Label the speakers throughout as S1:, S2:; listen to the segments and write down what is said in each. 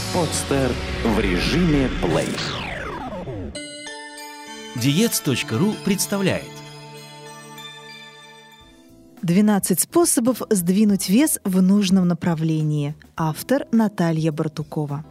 S1: Подстер в режиме плей.
S2: Диетс.ру представляет
S3: 12 способов сдвинуть вес в нужном направлении. Автор Наталья Бартукова.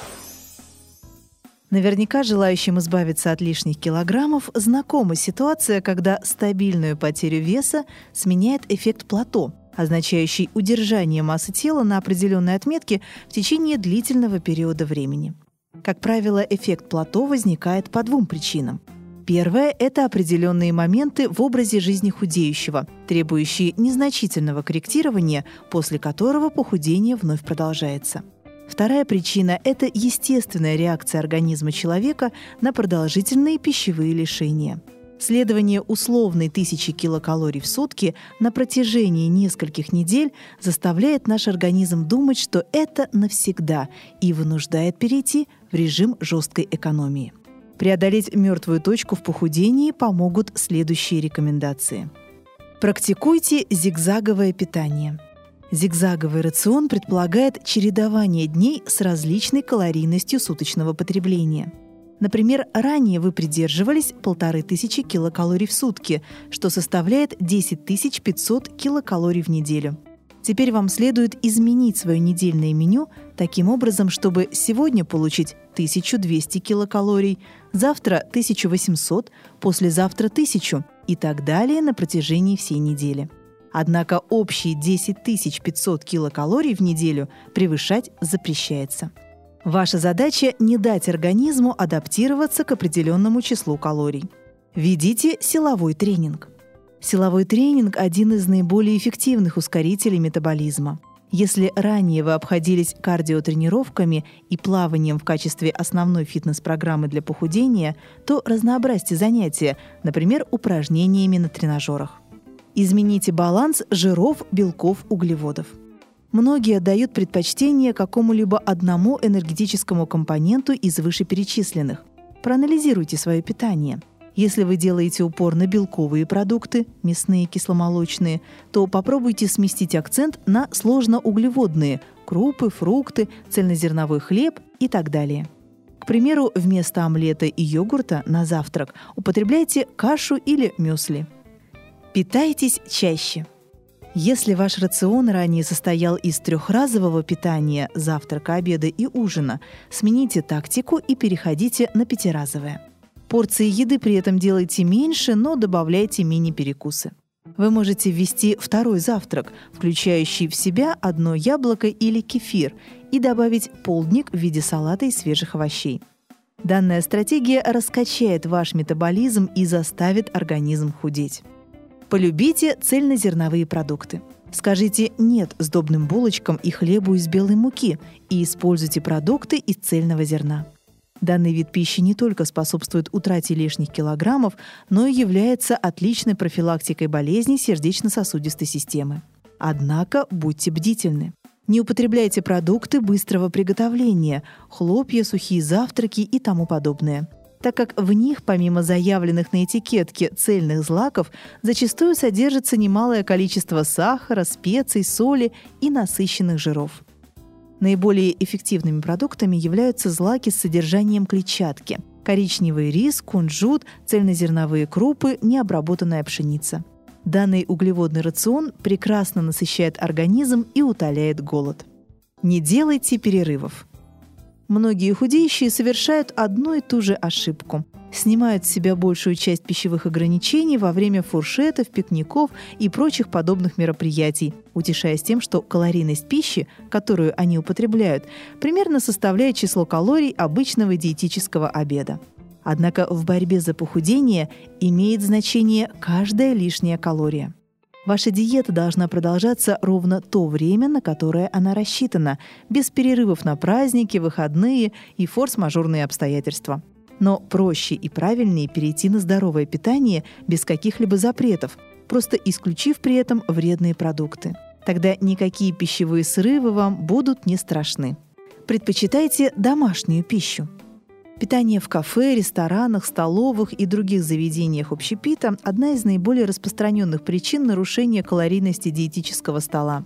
S3: Наверняка желающим избавиться от лишних килограммов знакома ситуация, когда стабильную потерю веса сменяет эффект плато, означающий удержание массы тела на определенной отметке в течение длительного периода времени. Как правило, эффект плато возникает по двум причинам. Первое – это определенные моменты в образе жизни худеющего, требующие незначительного корректирования, после которого похудение вновь продолжается. Вторая причина – это естественная реакция организма человека на продолжительные пищевые лишения. Следование условной 1000 килокалорий в сутки на протяжении нескольких недель заставляет наш организм думать, что это навсегда, и вынуждает перейти в режим жесткой экономии. Преодолеть мертвую точку в похудении помогут следующие рекомендации. Практикуйте зигзаговое питание. Зигзаговый рацион предполагает чередование дней с различной калорийностью суточного потребления. Например, ранее вы придерживались 1500 килокалорий в сутки, что составляет 10 500 килокалорий в неделю. Теперь вам следует изменить свое недельное меню таким образом, чтобы сегодня получить 1200 килокалорий, завтра 1800, послезавтра 1000 и так далее на протяжении всей недели. Однако общие 10 500 килокалорий в неделю превышать запрещается. Ваша задача – не дать организму адаптироваться к определенному числу калорий. Ведите силовой тренинг. Силовой тренинг – один из наиболее эффективных ускорителей метаболизма. Если ранее вы обходились кардиотренировками и плаванием в качестве основной фитнес-программы для похудения, то разнообразьте занятия, например, упражнениями на тренажерах. Измените баланс жиров, белков, углеводов. Многие отдают предпочтение какому-либо одному энергетическому компоненту из вышеперечисленных. Проанализируйте свое питание. Если вы делаете упор на белковые продукты, мясные, кисломолочные, то попробуйте сместить акцент на сложноуглеводные – крупы, фрукты, цельнозерновой хлеб и так далее. К примеру, вместо омлета и йогурта на завтрак употребляйте кашу или мюсли. Питайтесь чаще. Если ваш рацион ранее состоял из трехразового питания – завтрака, обеда и ужина, смените тактику и переходите на пятиразовое. Порции еды при этом делайте меньше, но добавляйте мини-перекусы. Вы можете ввести второй завтрак, включающий в себя одно яблоко или кефир, и добавить полдник в виде салата из свежих овощей. Данная стратегия раскачает ваш метаболизм и заставит организм худеть. Полюбите цельнозерновые продукты. Скажите «нет» сдобным булочкам и хлебу из белой муки и используйте продукты из цельного зерна. Данный вид пищи не только способствует утрате лишних килограммов, но и является отличной профилактикой болезней сердечно-сосудистой системы. Однако будьте бдительны. Не употребляйте продукты быстрого приготовления, хлопья, сухие завтраки и тому подобное, так как в них, помимо заявленных на этикетке цельных злаков, зачастую содержится немалое количество сахара, специй, соли и насыщенных жиров. Наиболее эффективными продуктами являются злаки с содержанием клетчатки – коричневый рис, кунжут, цельнозерновые крупы, необработанная пшеница. Данный углеводный рацион прекрасно насыщает организм и утоляет голод. Не делайте перерывов. Многие худеющие совершают одну и ту же ошибку. Снимают с себя большую часть пищевых ограничений во время фуршетов, пикников и прочих подобных мероприятий, утешаясь тем, что калорийность пищи, которую они употребляют, примерно составляет число калорий обычного диетического обеда. Однако в борьбе за похудение имеет значение каждая лишняя калория. Ваша диета должна продолжаться ровно то время, на которое она рассчитана, без перерывов на праздники, выходные и форс-мажорные обстоятельства. Но проще и правильнее перейти на здоровое питание без каких-либо запретов, просто исключив при этом вредные продукты. Тогда никакие пищевые срывы вам будут не страшны. Предпочитайте домашнюю пищу. Питание в кафе, ресторанах, столовых и других заведениях общепита – одна из наиболее распространенных причин нарушения калорийности диетического стола.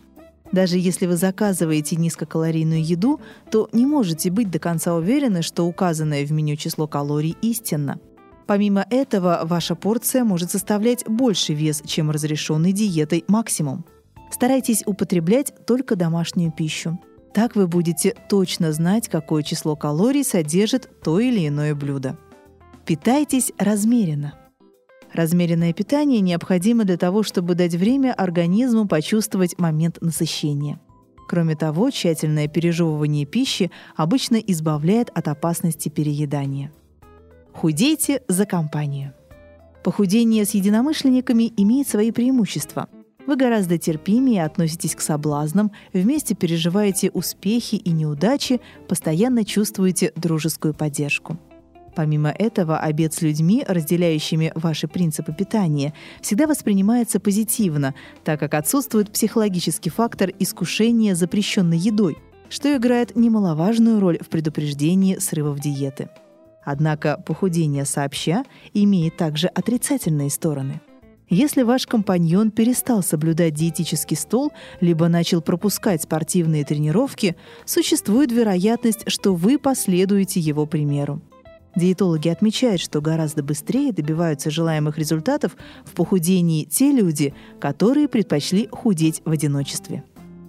S3: Даже если вы заказываете низкокалорийную еду, то не можете быть до конца уверены, что указанное в меню число калорий истинно. Помимо этого, ваша порция может составлять больший вес, чем разрешенный диетой максимум. Старайтесь употреблять только домашнюю пищу. Так вы будете точно знать, какое число калорий содержит то или иное блюдо. Питайтесь размеренно. Размеренное питание необходимо для того, чтобы дать время организму почувствовать момент насыщения. Кроме того, тщательное пережевывание пищи обычно избавляет от опасности переедания. Худейте за компанию. Похудение с единомышленниками имеет свои преимущества. Вы гораздо терпимее относитесь к соблазнам, вместе переживаете успехи и неудачи, постоянно чувствуете дружескую поддержку. Помимо этого, обед с людьми, разделяющими ваши принципы питания, всегда воспринимается позитивно, так как отсутствует психологический фактор искушения запрещенной едой, что играет немаловажную роль в предупреждении срывов диеты. Однако похудение сообща имеет также отрицательные стороны. Если ваш компаньон перестал соблюдать диетический стол, либо начал пропускать спортивные тренировки, существует вероятность, что вы последуете его примеру. Диетологи отмечают, что гораздо быстрее добиваются желаемых результатов в похудении те люди, которые предпочли худеть в одиночестве.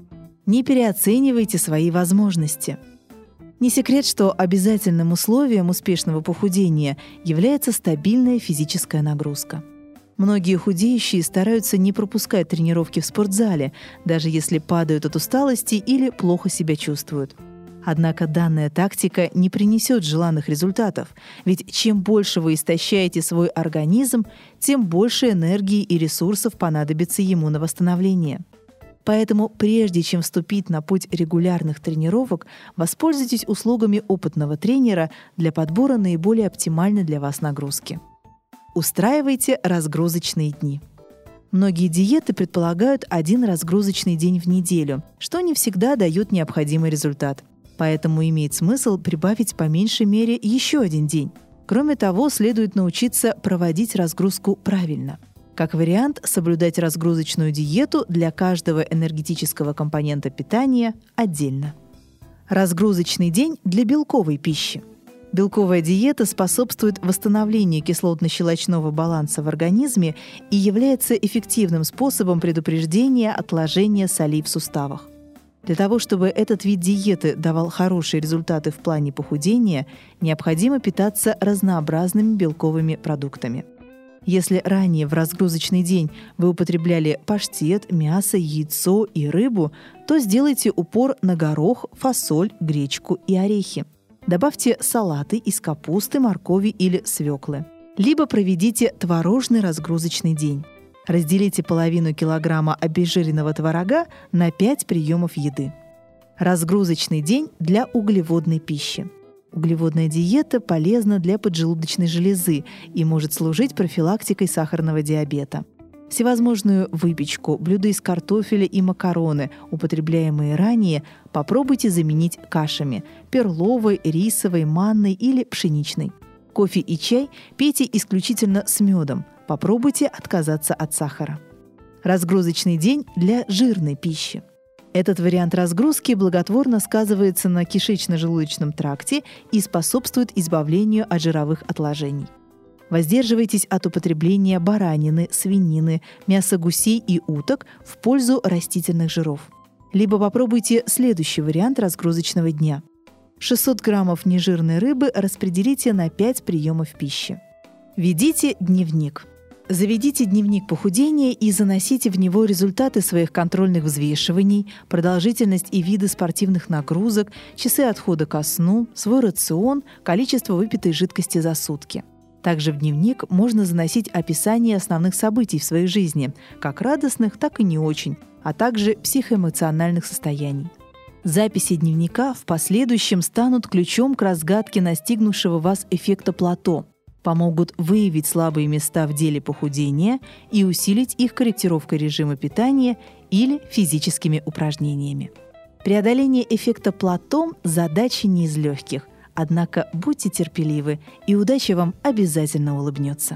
S3: Не переоценивайте свои возможности. Не секрет, что обязательным условием успешного похудения является стабильная физическая нагрузка. Многие худеющие стараются не пропускать тренировки в спортзале, даже если падают от усталости или плохо себя чувствуют. Однако данная тактика не принесет желанных результатов, ведь чем больше вы истощаете свой организм, тем больше энергии и ресурсов понадобится ему на восстановление. Поэтому прежде чем вступить на путь регулярных тренировок, воспользуйтесь услугами опытного тренера для подбора наиболее оптимальной для вас нагрузки. Устраивайте разгрузочные дни. Многие диеты предполагают один разгрузочный день в неделю, что не всегда дает необходимый результат. Поэтому имеет смысл прибавить по меньшей мере еще один день. Кроме того, следует научиться проводить разгрузку правильно. Как вариант, соблюдать разгрузочную диету для каждого энергетического компонента питания отдельно. Разгрузочный день для белковой пищи. Белковая диета способствует восстановлению кислотно-щелочного баланса в организме и является эффективным способом предупреждения отложения солей в суставах. Для того, чтобы этот вид диеты давал хорошие результаты в плане похудения, необходимо питаться разнообразными белковыми продуктами. Если ранее в разгрузочный день вы употребляли паштет, мясо, яйцо и рыбу, то сделайте упор на горох, фасоль, гречку и орехи. Добавьте салаты из капусты, моркови или свеклы. Либо проведите творожный разгрузочный день. Разделите половину килограмма обезжиренного творога на 5 приемов еды. Разгрузочный день для углеводной пищи. Углеводная диета полезна для поджелудочной железы и может служить профилактикой сахарного диабета. Всевозможную выпечку, блюда из картофеля и макароны, употребляемые ранее, попробуйте заменить кашами – перловой, рисовой, манной или пшеничной. Кофе и чай пейте исключительно с медом. Попробуйте отказаться от сахара. Разгрузочный день для жирной пищи. Этот вариант разгрузки благотворно сказывается на кишечно-желудочном тракте и способствует избавлению от жировых отложений. Воздерживайтесь от употребления баранины, свинины, мяса гусей и уток в пользу растительных жиров. Либо попробуйте следующий вариант разгрузочного дня. 600 граммов нежирной рыбы распределите на 5 приемов пищи. Ведите дневник. Заведите дневник похудения и заносите в него результаты своих контрольных взвешиваний, продолжительность и виды спортивных нагрузок, часы отхода ко сну, свой рацион, количество выпитой жидкости за сутки. Также в дневник можно заносить описание основных событий в своей жизни, как радостных, так и не очень, а также психоэмоциональных состояний. Записи дневника в последующем станут ключом к разгадке настигнувшего вас эффекта плато, помогут выявить слабые места в деле похудения и усилить их корректировкой режима питания или физическими упражнениями. Преодоление эффекта плато – задача не из легких, однако будьте терпеливы, и удача вам обязательно улыбнется.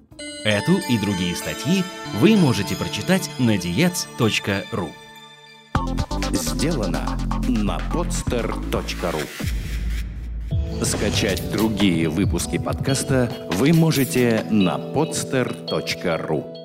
S2: Эту и другие статьи вы можете прочитать на diets.ru.
S1: сделано на podster.ru. Скачать другие выпуски подкаста вы можете на podster.ru.